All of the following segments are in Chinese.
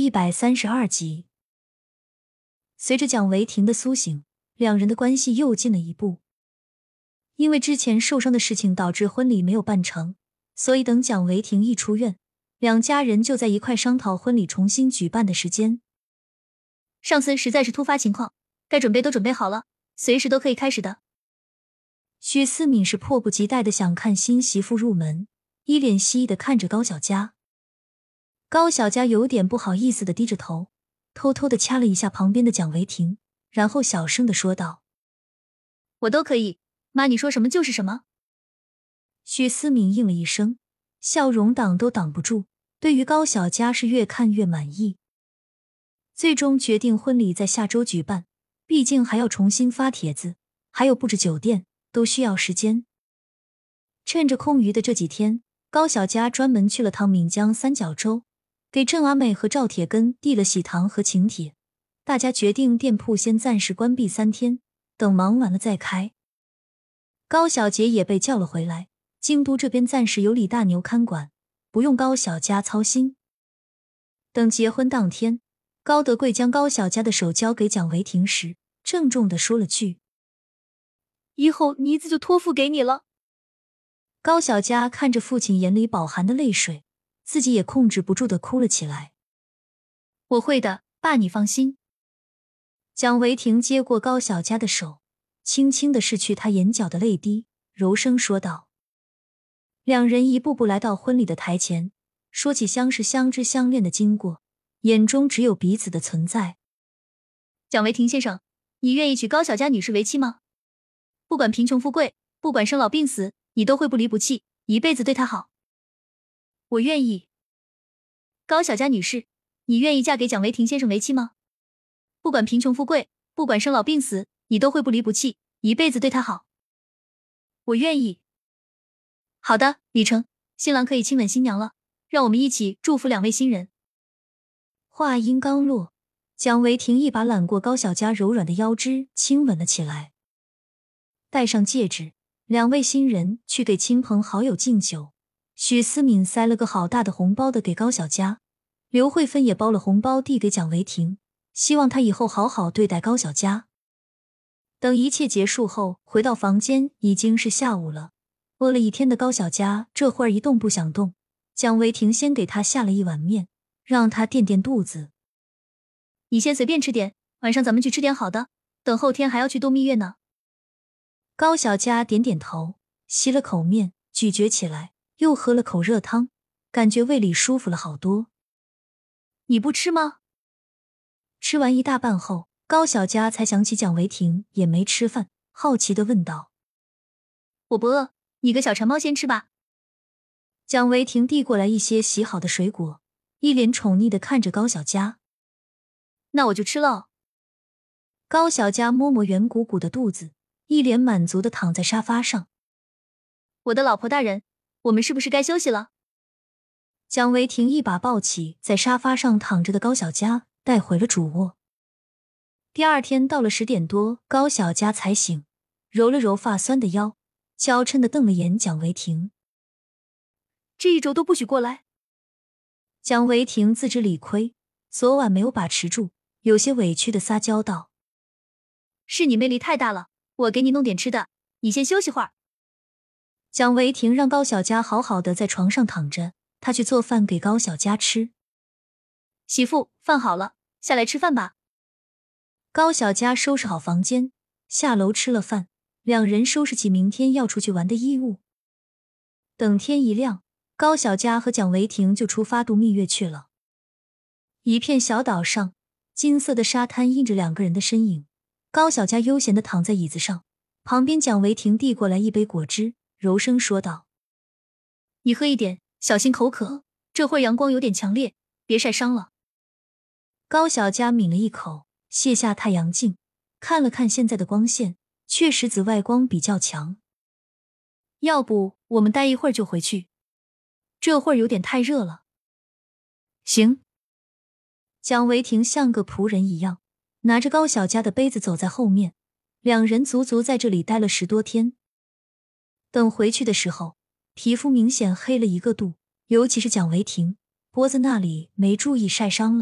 132集。随着蒋维廷的苏醒，两人的关系又近了一步。因为之前受伤的事情导致婚礼没有办成，所以等蒋维廷一出院，两家人就在一块商讨婚礼重新举办的时间。 上次实在是突发情况，该准备都准备好了，随时都可以开始的。 许思敏是迫不及待的想看新媳妇入门，一脸希意的看着高小佳。高小佳有点不好意思的低着头，偷偷的掐了一下旁边的蒋维廷，然后小声的说道： 我都可以，妈你说什么就是什么。 许思敏应了一声，笑容挡都挡不住，对于高小佳是越看越满意。最终决定婚礼在下周举办，毕竟还要重新发帖子，还有布置酒店，都需要时间。趁着空余的这几天，高小佳专门去了趟闽江三角洲，给郑阿美和赵铁根递了喜糖和请帖，大家决定店铺先暂时关闭3天，等忙完了再开。高小杰也被叫了回来，京都这边暂时由李大牛看管，不用高小佳操心。等结婚当天，高德贵将高小佳的手交给蒋维廷时，郑重地说了句： 以后妮子就托付给你了。 高小佳看着父亲眼里饱含的泪水，自己也控制不住地哭了起来。 我会的，爸你放心。 蒋维廷接过高小佳的手，轻轻地拭去她眼角的泪滴，柔声说道。两人一步步来到婚礼的台前，说起相识相知相恋的经过，眼中只有彼此的存在。 蒋维廷先生，你愿意娶高小佳女士为妻吗？不管贫穷富贵，不管生老病死，你都会不离不弃，一辈子对她好。我愿意。高小佳女士，你愿意嫁给蒋维廷先生为妻吗？不管贫穷富贵，不管生老病死，你都会不离不弃，一辈子对她好。我愿意。好的，李成，新郎可以亲吻新娘了，让我们一起祝福两位新人。 话音刚落，蒋维廷一把揽过高小佳柔软的腰肢，亲吻了起来。戴上戒指，两位新人去给亲朋好友敬酒。许思敏塞了个好大的红包的给高小佳，刘慧芬也包了红包递给蒋维廷，希望他以后好好对待高小佳。等一切结束后，回到房间已经是下午了。饿了一天的高小佳这会儿一动不想动，蒋维廷先给他下了一碗面，让他垫垫肚子。 你先随便吃点，晚上咱们去吃点好的，等后天还要去度蜜月呢。 高小佳点点头，吸了口面，咀嚼起来，又喝了口热汤，感觉胃里舒服了好多。 你不吃吗？ 吃完一大半后，高小佳才想起蒋维廷也没吃饭，好奇地问道： 我不饿，你个小馋猫先吃吧。 蒋维廷递过来一些洗好的水果，一脸宠溺地看着高小佳。 那我就吃了。 高小佳摸摸圆鼓鼓的肚子，一脸满足地躺在沙发上。 我的老婆大人，我们是不是该休息了？ 蒋维廷一把抱起在沙发上躺着的高小佳，带回了主卧。第二天到了10点多，高小佳才醒，揉了揉发酸的腰，娇嗔地瞪了眼蒋维廷。 这一周都不许过来。 蒋维廷自知理亏，昨晚没有把持住，有些委屈地撒娇道： 是你魅力太大了，我给你弄点吃的，你先休息会儿。 蒋维廷让高小佳好好的在床上躺着，他去做饭给高小佳吃。 媳妇，饭好了，下来吃饭吧。 高小佳收拾好房间，下楼吃了饭，两人收拾起明天要出去玩的衣物。等天一亮，高小佳和蒋维廷就出发度蜜月去了。一片小岛上，金色的沙滩映着两个人的身影。高小佳悠闲地躺在椅子上，旁边蒋维廷递过来一杯果汁，柔声说道： 你喝一点，小心口渴，这会儿阳光有点强烈，别晒伤了。 高小佳抿了一口，卸下太阳镜，看了看现在的光线，确实紫外光比较强。 要不我们待一会儿就回去，这会儿有点太热了。 行。蒋维廷像个仆人一样，拿着高小佳的杯子走在后面，两人足足在这里待了10多天。等回去的时候，皮肤明显黑了1个度，尤其是蒋维廷，脖子那里没注意晒伤了，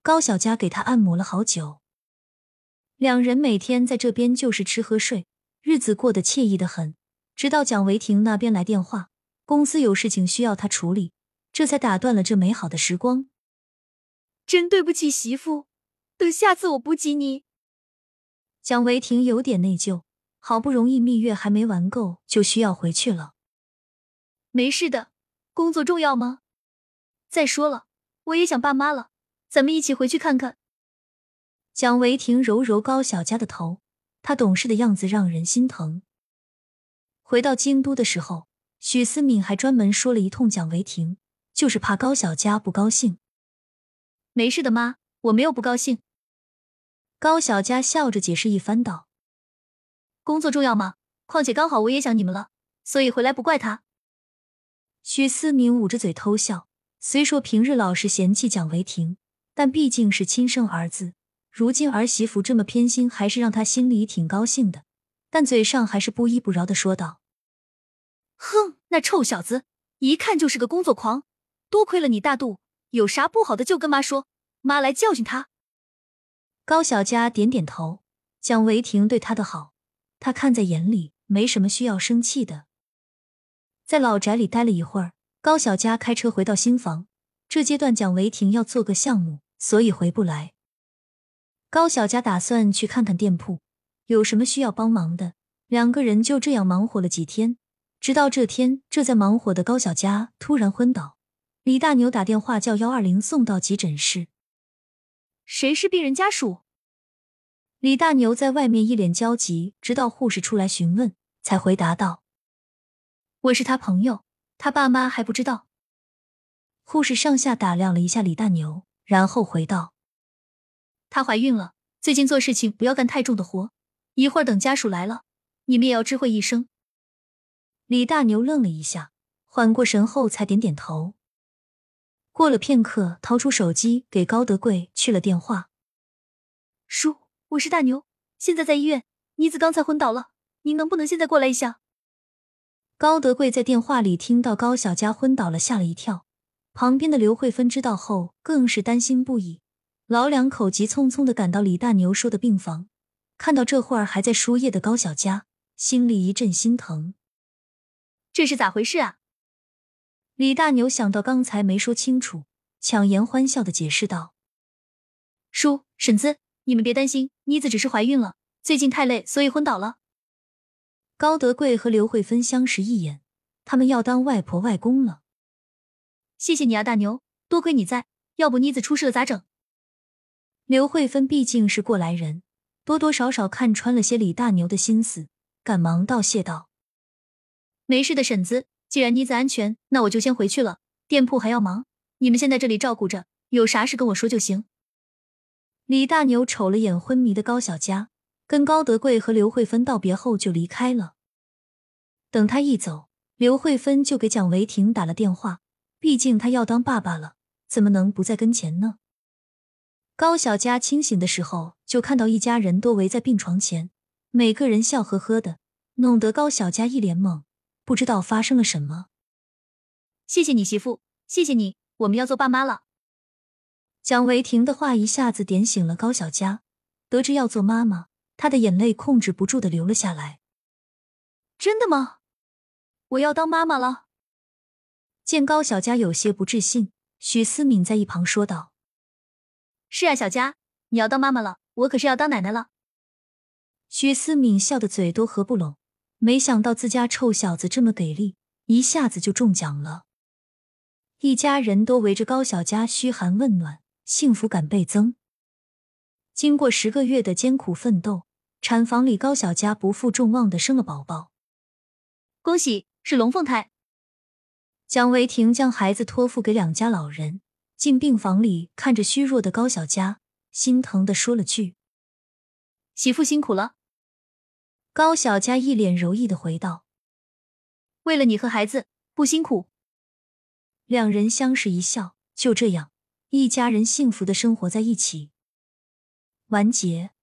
高小佳给他按摩了好久。两人每天在这边就是吃喝睡，日子过得惬意得很。直到蒋维婷那边来电话，公司有事情需要他处理，这才打断了这美好的时光。 真对不起媳妇，等下次我补给你。 蒋维婷有点内疚，好不容易蜜月还没玩够，就需要回去了。 没事的，工作重要吗？再说了，我也想爸妈了，咱们一起回去看看。 蒋维婷揉揉高小佳的头，她懂事的样子让人心疼。回到京都的时候，许思敏还专门说了一通蒋维婷，就是怕高小佳不高兴。 没事的妈，我没有不高兴。 高小佳笑着解释一番道： 工作重要吗？况且刚好我也想你们了，所以回来不怪他。 许思敏捂着嘴偷笑，虽说平日老是嫌弃蒋维婷，但毕竟是亲生儿子，如今儿媳妇这么偏心，还是让他心里挺高兴的，但嘴上还是不依不饶地说道： 哼，那臭小子，一看就是个工作狂，多亏了你大度，有啥不好的就跟妈说，妈来教训他。 高小佳点点头，蒋维婷对她的好，她看在眼里，没什么需要生气的。在老宅里待了一会儿，高小佳开车回到新房。这阶段蒋维婷要做个项目，所以回不来。高小佳打算去看看店铺，有什么需要帮忙的。两个人就这样忙活了几天，直到这天，这在忙活的高小佳突然昏倒。李大牛打电话叫120送到急诊室。 谁是病人家属？ 李大牛在外面一脸焦急，直到护士出来询问，才回答道： 我是他朋友，他爸妈还不知道。 护士上下打量了一下李大牛，然后回道： 她怀孕了，最近做事情不要干太重的活，一会儿等家属来了，你们也要知会一声。 李大牛愣了一下，缓过神后才点点头。过了片刻，掏出手机给高德贵去了电话。 叔，我是大牛，现在在医院，妮子刚才昏倒了，您能不能现在过来一下？ 高德贵在电话里听到高小佳昏倒了，吓了一跳。旁边的刘慧芬知道后更是担心不已，老两口急匆匆地赶到李大牛说的病房，看到这会儿还在输液的高小佳，心里一阵心疼。 这是咋回事啊？ 李大牛想到刚才没说清楚，强颜欢笑地解释道： 叔，婶子，你们别担心，妮子只是怀孕了，最近太累，所以昏倒了。 高德贵和刘慧芬相视一眼，他们要当外婆外公了。 谢谢你啊，大牛，多亏你在，要不妮子出事了咋整？ 刘慧芬毕竟是过来人，多多少少看穿了些李大牛的心思，赶忙道谢道： 没事的，婶子，既然妮子安全，那我就先回去了，店铺还要忙，你们先在这里照顾着，有啥事跟我说就行。 李大牛瞅了眼昏迷的高小佳，跟高德贵和刘慧芬道别后就离开了。等他一走，刘慧芬就给蒋维婷打了电话，毕竟他要当爸爸了，怎么能不在跟前呢？高小佳清醒的时候，就看到一家人都围在病床前，每个人笑呵呵的，弄得高小佳一脸懵，不知道发生了什么。 谢谢你媳妇，谢谢你，我们要做爸妈了。 蒋维婷的话一下子点醒了高小佳，得知要做妈妈，她的眼泪控制不住的流了下来。 真的吗？我要当妈妈了。 见高小佳有些不置信，许思敏在一旁说道： 是啊，小佳，你要当妈妈了，我可是要当奶奶了。 许思敏笑得嘴都合不拢，没想到自家臭小子这么给力，一下子就中奖了。一家人都围着高小佳嘘寒问暖，幸福感倍增。经过10个月的艰苦奋斗，产房里高小佳不负众望地生了宝宝。 恭喜，是龙凤胎。 蒋维婷将孩子托付给两家老人，进病房里看着虚弱的高小佳，心疼地说了句： 媳妇辛苦了。 高小佳一脸柔意地回道： 为了你和孩子，不辛苦。 两人相视一笑，就这样，一家人幸福地生活在一起。完结。